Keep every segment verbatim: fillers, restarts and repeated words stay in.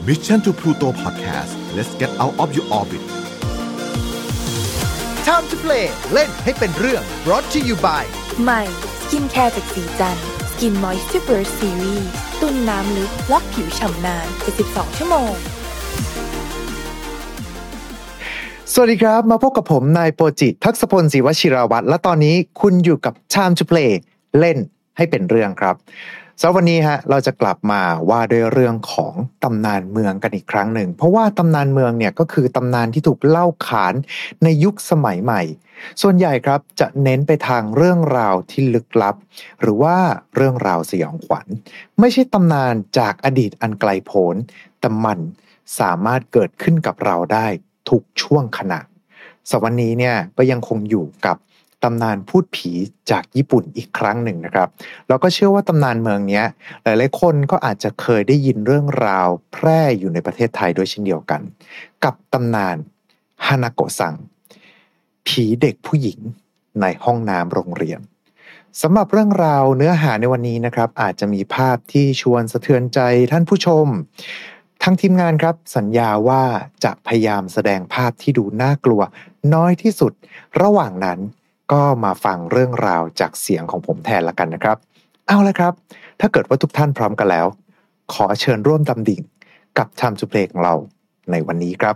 Mission to Pluto Podcast let's get out of your orbit Time to play เล่นให้เป็นเรื่อง brought to you by ใหม่สกินแคร์จากสีจันทร์ Skin Moisture Burst Series ตุ้นน้ำลึกล็อกผิวฉ่ำนานเจ็ดสิบสองชั่วโมงสวัสดีครับมาพบกับผมนายโปจิทักษพลศรีวชิราวัฒน์และตอนนี้คุณอยู่กับ Time to Play เล่นให้เป็นเรื่องครับสำหรับวันนี้ฮะเราจะกลับมาว่าด้วยเรื่องของตำนานเมืองกันอีกครั้งหนึ่งเพราะว่าตำนานเมืองเนี่ยก็คือตำนานที่ถูกเล่าขานในยุคสมัยใหม่ส่วนใหญ่ครับจะเน้นไปทางเรื่องราวที่ลึกลับหรือว่าเรื่องราวสยองขวัญไม่ใช่ตำนานจากอดีตอันไกลโพ้นแต่มันสามารถเกิดขึ้นกับเราได้ทุกช่วงขณะสวันนี้เนี่ยก็ยังคงอยู่กับตำนานพูดผีจากญี่ปุ่นอีกครั้งหนึ่งนะครับแล้วก็เชื่อว่าตำนานเมืองนี้หลายๆคนก็อาจจะเคยได้ยินเรื่องราวแพร่อยู่ในประเทศไทยด้วยเช่นเดียวกันกับตำนานฮานาโกะซังผีเด็กผู้หญิงในห้องน้ำโรงเรียนสำหรับเรื่องราวเนื้อหาในวันนี้นะครับอาจจะมีภาพที่ชวนสะเทือนใจท่านผู้ชมทางทีมงานครับสัญญาว่าจะพยายามแสดงภาพที่ดูน่ากลัวน้อยที่สุดระหว่างนั้นก็มาฟังเรื่องราวจากเสียงของผมแทนละกันนะครับเอาละครับถ้าเกิดว่าทุกท่านพร้อมกันแล้วขอเชิญร่วมดำดิ่งกับ Time to Play ของเราในวันนี้ครับ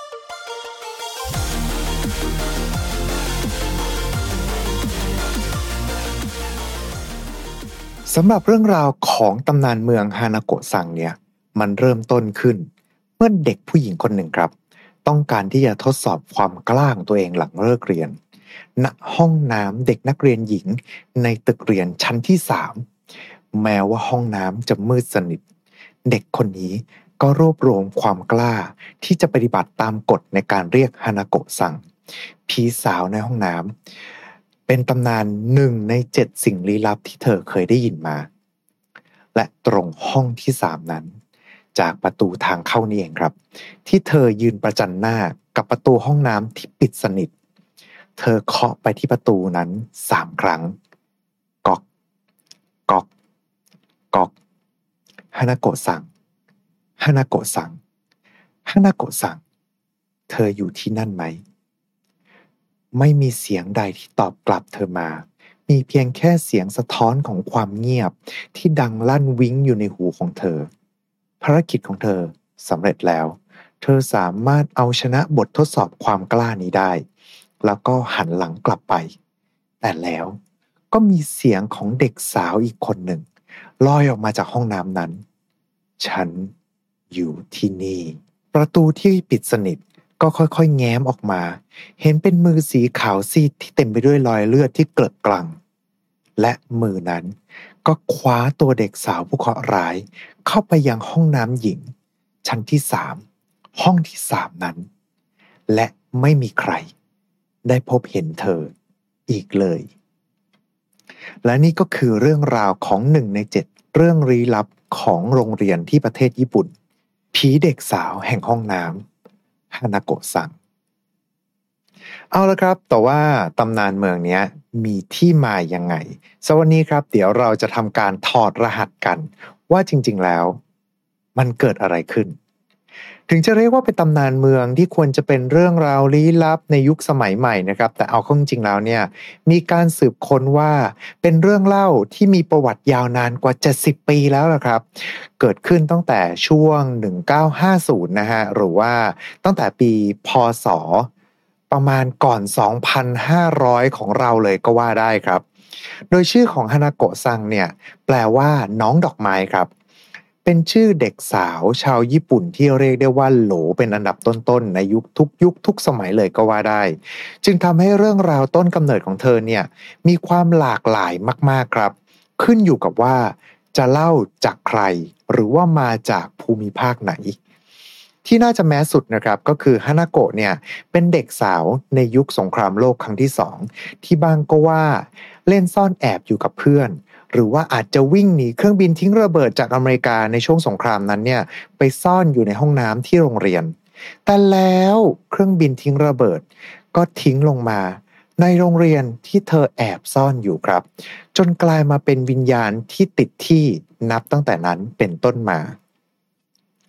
สำหรับเรื่องราวของตำนานเมืองฮานาโกะซังเนี่ยมันเริ่มต้นขึ้นเมื่อเด็กผู้หญิงคนหนึ่งครับต้องการที่จะทดสอบความกล้าของตัวเองหลังเลิกเรียนณห้องน้ำเด็กนักเรียนหญิงในตึกเรียนชั้นที่สามแม้ว่าห้องน้ำจะมืดสนิทเด็กคนนี้ก็รวบรวมความกล้าที่จะปฏิบัติตามกฎในการเรียกฮานาโกะซังผีสาวในห้องน้ำเป็นตำนานหนึ่งในเจ็ดสิ่งลี้ลับที่เธอเคยได้ยินมาและตรงห้องที่สามนั้นจากประตูทางเข้านี่เองครับที่เธอยืนประจันหน้ากับประตูห้องน้ำที่ปิดสนิทเธอเคาะไปที่ประตูนั้นสามครั้งก๊อกก๊อกก๊อกฮานาโกะซังฮานาโกะซังฮานาโกะซังเธออยู่ที่นั่นไหมไม่มีเสียงใดที่ตอบกลับเธอมามีเพียงแค่เสียงสะท้อนของความเงียบที่ดังลั่นวิ้งอยู่ในหูของเธอภารกิจของเธอสำเร็จแล้วเธอสามารถเอาชนะบททดสอบความกล้านี้ได้แล้วก็หันหลังกลับไปแต่แล้วก็มีเสียงของเด็กสาวอีกคนหนึ่งลอยออกมาจากห้องน้ำนั้นฉันอยู่ที่นี่ประตูที่ปิดสนิทก็ค่อยๆแง้มออกมาเห็นเป็นมือสีขาวซีดที่เต็มไปด้วยรอยเลือดที่เกลอะกลังและมือนั้นก็คว้าตัวเด็กสาวผู้เคราะห์ร้ายเข้าไปยังห้องน้ำหญิงชั้นที่สามห้องที่สามนั้นและไม่มีใครได้พบเห็นเธออีกเลยและนี่ก็คือเรื่องราวของหนึ่งในเจ็ดเรื่องลี้ลับของโรงเรียนที่ประเทศญี่ปุ่นผีเด็กสาวแห่งห้องน้ำฮานาโกะซังเอาละครับแต่ว่าตำนานเมืองนี้มีที่มายังไงสวันนี้ครับเดี๋ยวเราจะทำการถอดรหัสกันว่าจริงๆแล้วมันเกิดอะไรขึ้นถึงจะเรียกว่าเป็นตำนานเมืองที่ควรจะเป็นเรื่องราวลี้ลับในยุคสมัยใหม่นะครับแต่เอาเข้าจริงๆแล้วเนี่ยมีการสืบค้นว่าเป็นเรื่องเล่าที่มีประวัติยาวนานกว่าเจ็ดสิบปีแล้วล่ะครับเกิดขึ้นตั้งแต่ช่วงหนึ่งพันเก้าร้อยห้าสิบนะฮะหรือว่าตั้งแต่ปีพ.ศ.ประมาณก่อน สองพันห้าร้อย ของเราเลยก็ว่าได้ครับโดยชื่อของฮานาโกะซังเนี่ยแปลว่าน้องดอกไม้ครับเป็นชื่อเด็กสาวชาวญี่ปุ่นที่เรียกได้ว่าโหลเป็นอันดับต้นๆในยุคทุกยุคทุกสมัยเลยก็ว่าได้จึงทำให้เรื่องราวต้นกำเนิดของเธอเนี่ยมีความหลากหลายมากๆครับขึ้นอยู่กับว่าจะเล่าจากใครหรือว่ามาจากภูมิภาคไหนที่น่าจะแม้สุดนะครับก็คือฮานาโกะเนี่ยเป็นเด็กสาวในยุคสงครามโลกครั้งที่สองที่บางก็ว่าเล่นซ่อนแอบอยู่กับเพื่อนหรือว่าอาจจะวิ่งหนีเครื่องบินทิ้งระเบิดจากอเมริกาในช่วงสงครามนั้นเนี่ยไปซ่อนอยู่ในห้องน้ำที่โรงเรียนแต่แล้วเครื่องบินทิ้งระเบิดก็ทิ้งลงมาในโรงเรียนที่เธอแอบซ่อนอยู่ครับจนกลายมาเป็นวิญญาณที่ติดที่นับตั้งแต่นั้นเป็นต้นมา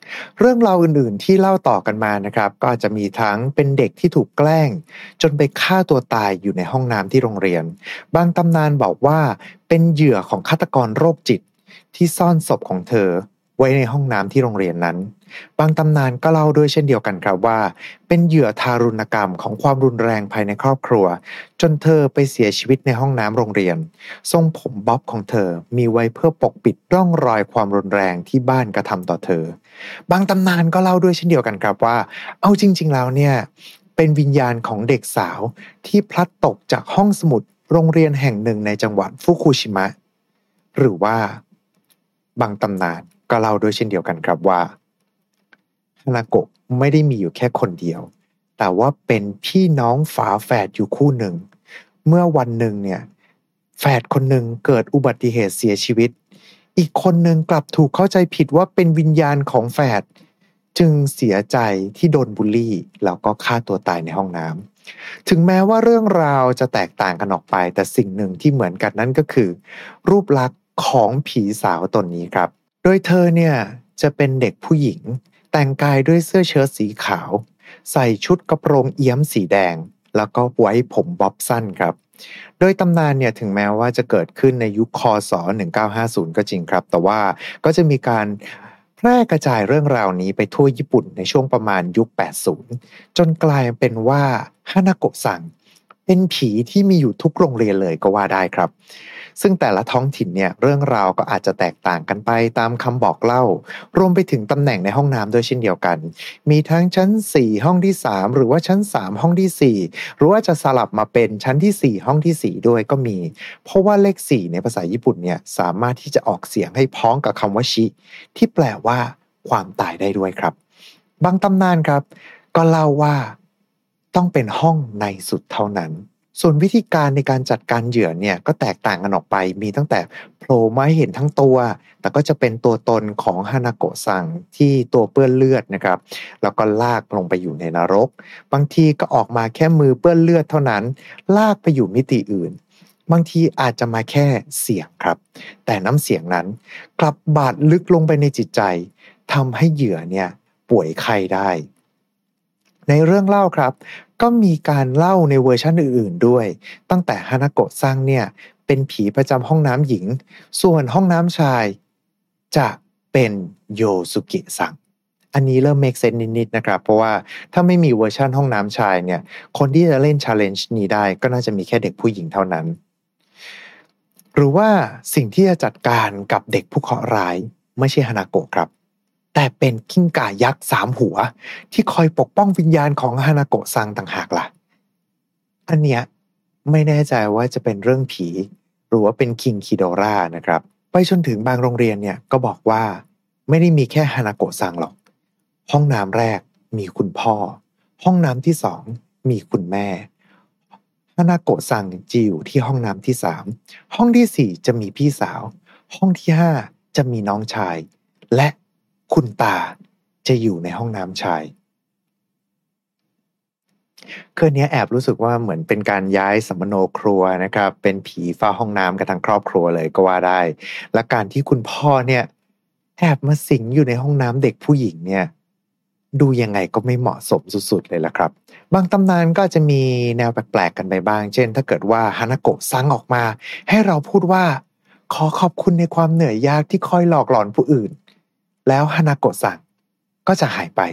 เรื่องราวอื่นๆที่เล่าต่อกันมานะครับก็อาจจะมีทั้งเป็นเด็กที่ถูกแกล้งจนไปฆ่าตัวตายอยู่ในห้องน้ำที่โรงเรียนบางตำนานบอกว่าเป็นเหยื่อของฆาตกรโรคจิตที่ซ่อนศพของเธอไว้ในห้องน้ำที่โรงเรียนนั้นบางตำนานก็เล่าด้วยเช่นเดียวกันครับว่าเป็นเหยื่อทารุณกรรมของความรุนแรงภายในครอบครัวจนเธอไปเสียชีวิตในห้องน้ำโรงเรียนทรงผมบ๊อบของเธอมีไว้เพื่อปกปิดร่องรอยความรุนแรงที่บ้านกระทำต่อเธอบางตำนานก็เล่าด้วยเช่นเดียวกันครับว่าเอาจริงๆแล้วเนี่ยเป็นวิญญาณของเด็กสาวที่พลัดตกจากห้องสมุดโรงเรียนแห่งหนึ่งในจังหวัดฟุกุชิมะหรือว่าบางตำนานก็เล่าด้วยเช่นเดียวกันครับว่าฮานาโกะไม่ได้มีอยู่แค่คนเดียวแต่ว่าเป็นพี่น้องฝาแฝดอยู่คู่หนึ่งเมื่อวันหนึ่งเนี่ยแฝดคนหนึ่งเกิดอุบัติเหตุเสียชีวิตอีกคนหนึ่งกลับถูกเข้าใจผิดว่าเป็นวิญญาณของแฝดจึงเสียใจที่โดนบูลลี่แล้วก็ฆ่าตัวตายในห้องน้ำถึงแม้ว่าเรื่องราวจะแตกต่างกันออกไปแต่สิ่งหนึ่งที่เหมือนกันนั่นก็คือรูปลักษณ์ของผีสาวตนนี้ครับโดยเธอเนี่ยจะเป็นเด็กผู้หญิงแต่งกายด้วยเสื้อเชิ้ตสีขาวใส่ชุดกระโปรงเอี้ยมสีแดงแล้วก็ไว้ผมบ๊อบสั้นครับโดยตำนานเนี่ยถึงแม้ว่าจะเกิดขึ้นในยุคคศหนึ่งเก้าห้าศูนย์ก็จริงครับแต่ว่าก็จะมีการแพร่กระจายเรื่องราวนี้ไปทั่วญี่ปุ่นในช่วงประมาณยุคแปดสิบจนกลายเป็นว่าฮานาโกะซังเป็นผีที่มีอยู่ทุกโรงเรียนเลยก็ว่าได้ครับซึ่งแต่ละท้องถิ่นเนี่ยเรื่องราวก็อาจจะแตกต่างกันไปตามคำบอกเล่ารวมไปถึงตำแหน่งในห้องน้ำด้วยเช่นเดียวกันมีทั้งชั้นสี่ห้องที่สามหรือว่าชั้นสามห้องที่สี่หรือว่าจะสลับมาเป็นชั้นที่สี่ห้องที่สี่ด้วยก็มีเพราะว่าเลขสี่ในภาษาญี่ปุ่นเนี่ยสามารถที่จะออกเสียงให้พ้องกับคำว่าชิที่แปลว่าความตายได้ด้วยครับบางตำนานครับก็เล่าว่าต้องเป็นห้องในสุดเท่านั้นส่วนวิธีการในการจัดการเหยื่อเนี่ยก็แตกต่างกันออกไปมีตั้งแต่โผล่มาให้เห็นทั้งตัวแต่ก็จะเป็นตัวตนของฮานาโกะซังที่ตัวเปื้อนเลือดนะครับแล้วก็ลากลงไปอยู่ในนรกบางทีก็ออกมาแค่มือเปื้อนเลือดเท่านั้นลากไปอยู่มิติอื่นบางทีอาจจะมาแค่เสียงครับแต่น้ำเสียงนั้นกลับบาดลึกลงไปในจิตใจทำให้เหยื่อเนี่ยป่วยไข้ได้ในเรื่องเล่าครับก็มีการเล่าในเวอร์ชันอื่นๆด้วยตั้งแต่ฮานาโกะซังเนี่ยเป็นผีประจำห้องน้ำหญิงส่วนห้องน้ำชายจะเป็นโยสุเกะซังอันนี้เริ่ม make sense นิดๆนะครับเพราะว่าถ้าไม่มีเวอร์ชันห้องน้ำชายเนี่ยคนที่จะเล่น challenge นี้ได้ก็น่าจะมีแค่เด็กผู้หญิงเท่านั้นหรือว่าสิ่งที่จะจัดการกับเด็กผู้เคราะห์ร้ายไม่ใช่ฮานาโกะครับแต่เป็นกิ้งก่ายักษ์สามหัวที่คอยปกป้องวิญญาณของฮานาโกะซังต่างหากล่ะอันเนี้ยไม่แน่ใจว่าจะเป็นเรื่องผีหรือว่าเป็นคิงคิโดรานะครับไปจนถึงบางโรงเรียนเนี่ยก็บอกว่าไม่ได้มีแค่ฮานาโกะซังหรอกห้องน้ำแรกมีคุณพ่อห้องน้ำที่สองมีคุณแม่ฮานาโกะซังจะอยู่ที่ห้องน้ำที่สามห้องที่สี่จะมีพี่สาวห้องที่ห้าจะมีน้องชายและคุณตาจะอยู่ในห้องน้ำชายคืนนี้แอบรู้สึกว่าเหมือนเป็นการย้ายสัมมโนครัวนะครับเป็นผีเฝ้าห้องน้ำกันทั้งครอบครัวเลยก็ว่าได้และการที่คุณพ่อเนี่ยแอบมาสิงอยู่ในห้องน้ำเด็กผู้หญิงเนี่ยดูยังไงก็ไม่เหมาะสมสุดๆเลยล่ะครับบางตำนานก็จะมีแนวแปลกๆกันไปบ้างเช่นถ้าเกิดว่าฮานาโกะซังออกมาให้เราพูดว่าขอขอบคุณในความเหนื่อยยากที่คอยหลอกหลอนผู้อื่นแล้วฮานาโกะซังก็จะหายไป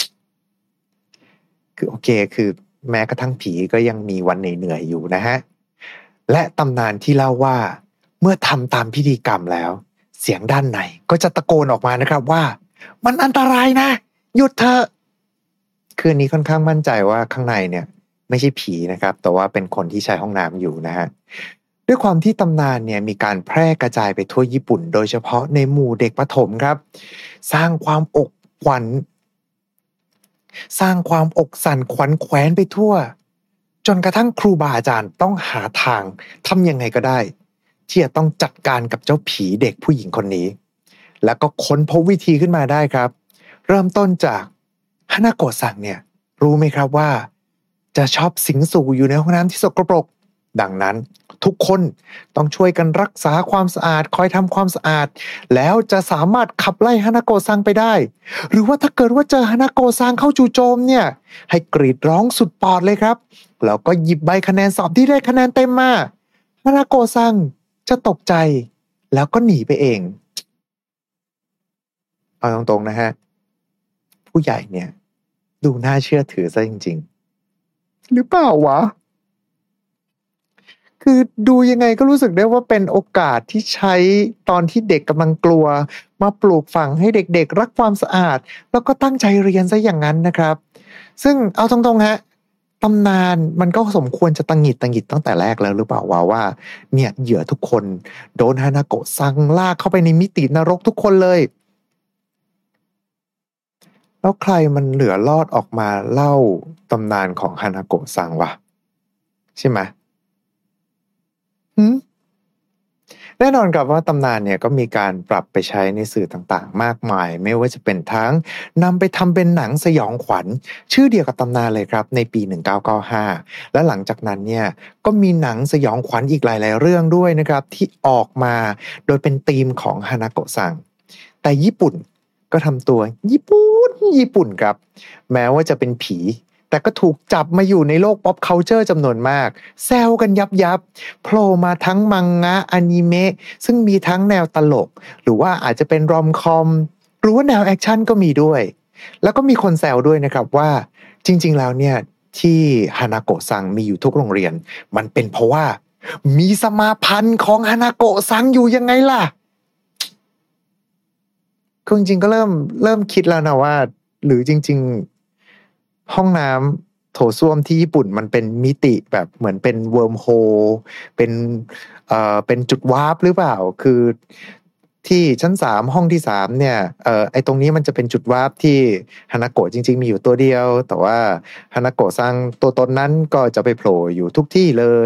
คือโอเคคือแม้กระทั่งผีก็ยังมีวันเหนื่อยๆอยู่นะฮะและตำนานที่เล่าว่าเมื่อทำตามพิธีกรรมแล้วเสียงด้านในก็จะตะโกนออกมานะครับว่ามันอันตรายนะหยุดเถอะคืนนี้ค่อนข้างมั่นใจว่าข้างในเนี่ยไม่ใช่ผีนะครับแต่ว่าเป็นคนที่ใช้ห้องน้ำอยู่นะฮะด้วยความที่ตำนานเนี่ยมีการแพร่กระจายไปทั่วญี่ปุ่นโดยเฉพาะในหมู่เด็กประถมครับสร้างความอกขวัญสร้างความอกสั่นขวัญแขวนไปทั่วจนกระทั่งครูบาอาจารย์ต้องหาทางทำยังไงก็ได้ที่จะต้องจัดการกับเจ้าผีเด็กผู้หญิงคนนี้แล้วก็ค้นพบวิธีขึ้นมาได้ครับเริ่มต้นจากฮานาโกะซังเนี่ยรู้ไหมครับว่าจะชอบสิงสู่อยู่ในห้องน้ำที่สกปรกดังนั้นทุกคนต้องช่วยกันรักษาความสะอาดคอยทำความสะอาดแล้วจะสามารถขับไล่ฮานาโกะซังไปได้หรือว่าถ้าเกิดว่าเจอฮานาโกะซังเข้าจู่โจมเนี่ยให้กรีดร้องสุดปอดเลยครับแล้วก็หยิบใบคะแนนสอบที่ได้คะแนนเต็มมาฮานาโกะซังจะตกใจแล้วก็หนีไปเองเอาตรงๆนะฮะผู้ใหญ่เนี่ยดูน่าเชื่อถือซะจริงๆหรือเปล่าวะคือดูยังไงก็รู้สึกได้ว่าเป็นโอกาสที่ใช้ตอนที่เด็กกำลังกลัวมาปลูกฝังให้เด็กๆรักความสะอาดแล้วก็ตั้งใจเรียนซะอย่างนั้นนะครับซึ่งเอาตรงๆฮะตำนานมันก็สมควรจะตังหงิดตังหงิดตั้งแต่แรกแล้วหรือเปล่าว่าว่าเนี่ยเหยื่อทุกคนโดนฮานาโกะซังลากเข้าไปในมิตินรกทุกคนเลยแล้วใครมันเหลือรอดออกมาเล่าตำนานของฮานาโกะซังวะใช่ไหมหืมแน่นอนครับว่าตำนานเนี่ยก็มีการปรับไปใช้ในสื่อต่างๆมากมายไม่ว่าจะเป็นทั้งนำไปทำเป็นหนังสยองขวัญชื่อเดียวกับตำนานเลยครับในปีหนึ่งเก้าเก้าห้าและหลังจากนั้นเนี่ยก็มีหนังสยองขวัญอีกหลายๆเรื่องด้วยนะครับที่ออกมาโดยเป็นธีมของฮานาโกะซังแต่ญี่ปุ่นก็ทำตัวญี่ปุ่นญี่ปุ่นครับแม้ว่าจะเป็นผีแต่ก็ถูกจับมาอยู่ในโลก pop culture จำนวนมากแซวกันยับยับโผล่มาทั้งมังงะอนิเมะซึ่งมีทั้งแนวตลกหรือว่าอาจจะเป็นรอมคอมหรือว่าแนวแอคชั่นก็มีด้วยแล้วก็มีคนแซวด้วยนะครับว่าจริงๆแล้วเนี่ยที่ฮานาโกะซังมีอยู่ทุกโรงเรียนมันเป็นเพราะว่ามีสมาพันธ์ของฮานาโกะซังอยู่ยังไงล่ะคือจริงๆก็เริ่มเริ่มคิดแล้วนะว่าหรือจริงๆห้องน้ำโถส้วมที่ญี่ปุ่นมันเป็นมิติแบบเหมือนเป็นเวิร์มโฮลเป็นเอ่อเป็นจุดวาร์ปหรือเปล่าคือที่ชั้นสามห้องที่สามเนี่ยเอ่อไอ้ตรงนี้มันจะเป็นจุดวาร์ปที่ฮานาโกะจริงๆมีอยู่ตัวเดียวแต่ว่าฮานาโกะซังตัวตนนั้นก็จะไปโผล่อยู่ทุกที่เลย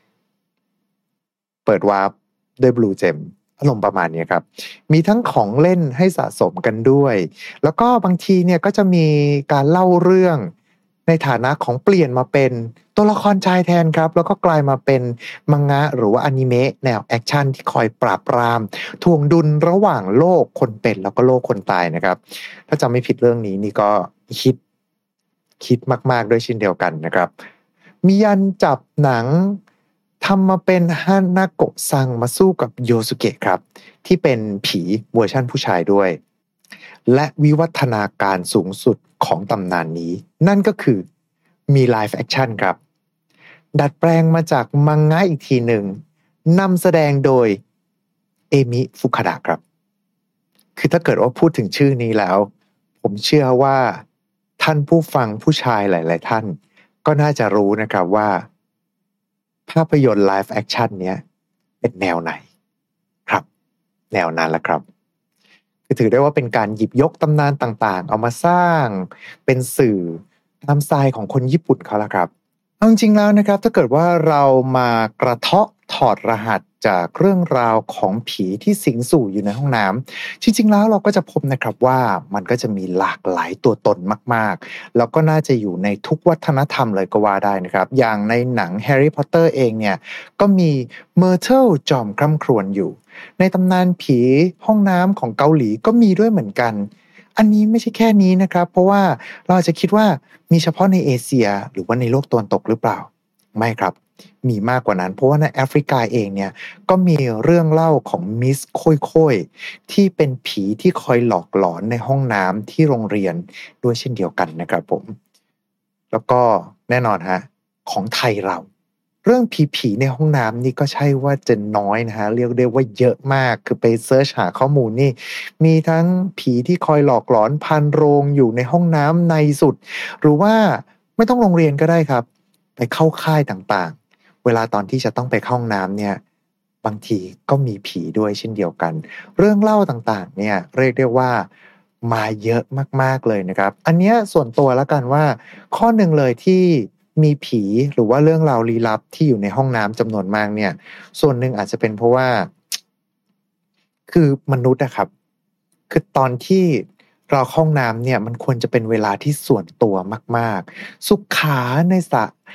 เปิดวาร์ปด้วยบลูเจมอารมณ์ประมาณนี้ครับมีทั้งของเล่นให้สะสมกันด้วยแล้วก็บางทีเนี่ยก็จะมีการเล่าเรื่องในฐานะของเปลี่ยนมาเป็นตัวละครชายแทนครับแล้วก็กลายมาเป็นมังงะหรือว่าอนิเมะแนวแอคชั่นที่คอยปราบปรามทวงดุลระหว่างโลกคนเป็นแล้วก็โลกคนตายนะครับถ้าจำไม่ผิดเรื่องนี้นี่ก็คิดคิดมากๆด้วยเช่นเดียวกันนะครับมียันจับหนังทำมาเป็นฮานาโกะซังมาสู้กับโยสุเกะครับที่เป็นผีเวอร์ชั่นผู้ชายด้วยและวิวัฒนาการสูงสุดของตำนานนี้นั่นก็คือมีไลฟ์แอคชั่นครับดัดแปลงมาจากมังงะอีกทีหนึ่งนำแสดงโดยเอมิฟุคาดะครับคือถ้าเกิดว่าพูดถึงชื่อนี้แล้วผมเชื่อว่าท่านผู้ฟังผู้ชายหลายๆท่านก็น่าจะรู้นะครับว่าภาพยนตร์ไลฟ์แอคชั่นเนี้ยเป็นแนวไหนครับแนวนั้นแหละครับคือถือได้ว่าเป็นการหยิบยกตำนานต่างๆเอามาสร้างเป็นสื่อตามสไตล์ของคนญี่ปุ่นเขาละครับเอาจริงๆแล้วนะครับถ้าเกิดว่าเรามากระเทาะถอดรหัสจากเรื่องราวของผีที่สิงสู่อยู่ในห้องน้ำจริงๆแล้วเราก็จะพบนะครับว่ามันก็จะมีหลากหลายตัวตนมากๆแล้วก็น่าจะอยู่ในทุกวัฒนธรรมเลยก็ว่าได้นะครับอย่างในหนังแฮร์รี่พอตเตอร์เองเนี่ยก็มีเมอร์เทิลจอมคร่ำครวญอยู่ในตำนานผีห้องน้ำของเกาหลีก็มีด้วยเหมือนกันอันนี้ไม่ใช่แค่นี้นะครับเพราะว่าเราอาจจะคิดว่ามีเฉพาะในเอเชียหรือว่าในโลกตะวันตกหรือเปล่าไม่ครับมีมากกว่านั้นเพราะว่าในแอฟริกาเองเนี่ยก็มีเรื่องเล่าของมิสโค่อยๆที่เป็นผีที่คอยหลอกหลอนในห้องน้ำที่โรงเรียนด้วยเช่นเดียวกันนะครับผมแล้วก็แน่นอนฮะของไทยเราเรื่องผีๆในห้องน้ำนี่ก็ใช่ว่าจะน้อยนะฮะเรียกได้ว่าเยอะมากคือไปเสิร์ชหาข้อมูลนี่มีทั้งผีที่คอยหลอกหลอนพันโรงอยู่ในห้องน้ำในสุดหรือว่าไม่ต้องโรงเรียนก็ได้ครับไปเข้าค่ายต่างๆเวลาตอนที่จะต้องไปเข้าห้องน้ำเนี่ยบางทีก็มีผีด้วยเช่นเดียวกันเรื่องเล่าต่างๆเนี่ยเรียกได้ว่ามาเยอะมากๆเลยนะครับอันเนี้ยส่วนตัวแล้วกันว่าข้อหนึ่งเลยที่มีผีหรือว่าเรื่องราวลี้ลับที่อยู่ในห้องน้ำจำนวนมากเนี่ยส่วนหนึ่งอาจจะเป็นเพราะว่าคือมนุษย์นะครับคือตอนที่เราเข้าห้องน้ำเนี่ยมันควรจะเป็นเวลาที่ส่วนตัวมากๆสุขาในสะ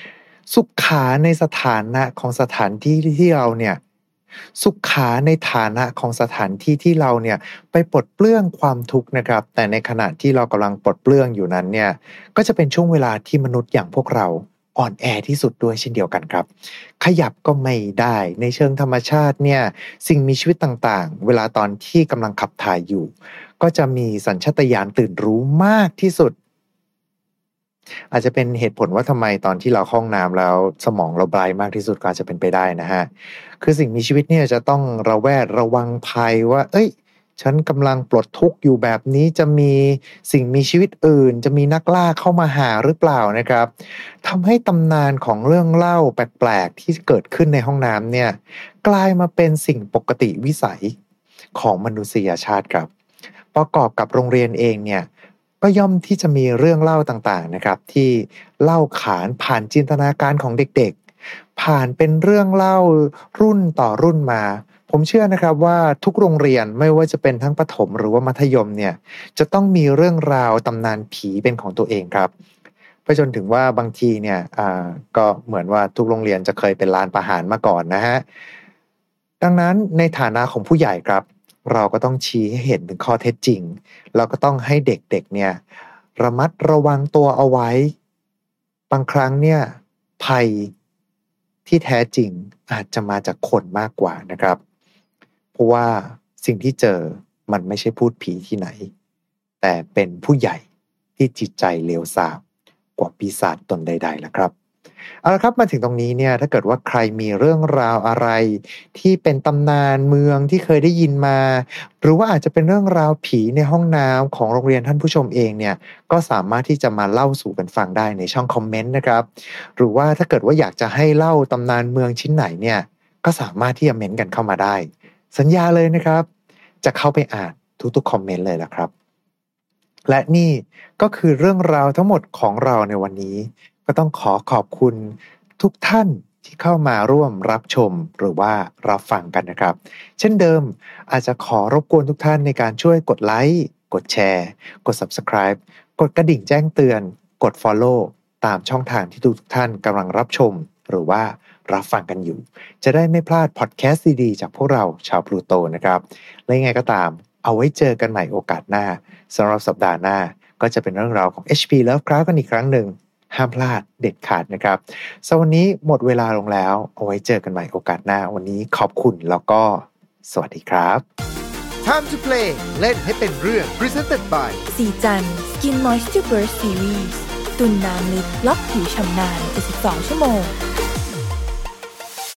สุขาในสถานะของสถานที่ที่เราเนี่ยสุขาในฐานะของสถานที่ที่เราเนี่ยไปปลดเปลื้องความทุกข์นะครับแต่ในขณะที่เรากำลังปลดเปลื้องอยู่นั้นเนี่ยก็จะเป็นช่วงเวลาที่มนุษย์อย่างพวกเราอ่อนแอที่สุดด้วยเช่นเดียวกันครับขยับก็ไม่ได้ในเชิงธรรมชาติเนี่ยสิ่งมีชีวิตต่างๆเวลาตอนที่กำลังขับถ่ายอยู่ก็จะมีสัญชาตญาณตื่นรู้มากที่สุดอาจจะเป็นเหตุผลว่าทำไมตอนที่เราเข้าห้องน้ำแล้วสมองเราไบรท์มากที่สุดก็อาจจะเป็นไปได้นะฮะคือสิ่งมีชีวิตเนี่ยจะต้องระแวดระวังภัยว่าเอ้ยฉันกำลังปลดทุกข์อยู่แบบนี้จะมีสิ่งมีชีวิตอื่นจะมีนักล่าเข้ามาหาหรือเปล่านะครับทำให้ตำนานของเรื่องเล่าแปลกๆที่เกิดขึ้นในห้องน้ำเนี่ยกลายมาเป็นสิ่งปกติวิสัยของมนุษยชาติครับประกอบกับโรงเรียนเองเนี่ยก็ย่อมที่จะมีเรื่องเล่าต่างๆนะครับที่เล่าขานผ่านจินตนาการของเด็กๆผ่านเป็นเรื่องเล่ารุ่นต่อรุ่นมาผมเชื่อนะครับว่าทุกโรงเรียนไม่ว่าจะเป็นทั้งประถมหรือว่ามัธยมเนี่ยจะต้องมีเรื่องราวตำนานผีเป็นของตัวเองครับไปจนถึงว่าบางทีเนี่ยอ่าก็เหมือนว่าทุกโรงเรียนจะเคยเป็นลานประหารมาก่อนนะฮะดังนั้นในฐานะของผู้ใหญ่ครับเราก็ต้องชี้ให้เห็นถึงข้อเท็จจริงเราก็ต้องให้เด็กๆเนี่ยระมัดระวังตัวเอาไว้บางครั้งเนี่ยภัยที่แท้จริงอาจจะมาจากคนมากกว่านะครับเพราะว่าสิ่งที่เจอมันไม่ใช่พูดผีที่ไหนแต่เป็นผู้ใหญ่ที่จิตใจเลวทรามกว่าปีศาจตนใดๆล่ะครับเอาละครับมาถึงตรงนี้เนี่ยถ้าเกิดว่าใครมีเรื่องราวอะไรที่เป็นตำนานเมืองที่เคยได้ยินมาหรือว่าอาจจะเป็นเรื่องราวผีในห้องน้ำของโรงเรียนท่านผู้ชมเองเนี่ยก็สามารถที่จะมาเล่าสู่กันฟังได้ในช่องคอมเมนต์นะครับหรือว่าถ้าเกิดว่าอยากจะให้เล่าตำนานเมืองชิ้นไหนเนี่ยก็สามารถที่จะเม้นต์กันเข้ามาได้สัญญาเลยนะครับจะเข้าไปอ่านทุกๆคอมเมนต์เลยล่ะครับและนี่ก็คือเรื่องราวทั้งหมดของเราในวันนี้ก็ต้องขอขอบคุณทุกท่านที่เข้ามาร่วมรับชมหรือว่ารับฟังกันนะครับเช่นเดิมอาจจะขอรบกวนทุกท่านในการช่วยกดไลค์กดแชร์กด Subscribe กดกระดิ่งแจ้งเตือนกด Follow ตามช่องทางที่ทุกท่านกำลังรับชมหรือว่ารับฟังกันอยู่จะได้ไม่พลาดพอดแคสต์ดีๆจากพวกเราชาวพลูโตนะครับและยังไงก็ตามเอาไว้เจอกันใหม่โอกาสหน้าสำหรับสัปดาห์หน้าก็จะเป็นเรื่องราวของ เอช พี Lovecraft กันอีกครั้งหนึ่งห้ามพลาดเด็ดขาดนะครับสำหรับวันนี้หมดเวลาลงแล้วเอาไว้เจอกันใหม่โอกาสหน้าวันนี้ขอบคุณแล้วก็สวัสดีครับ Time to play เล่นให้เป็นเรื่อง Presented by สีจัน Skin Moisture Burst Series ตุ่นน้ำลึกล็อกผิวชำนานเจ็ดสิบสองชั่วโมง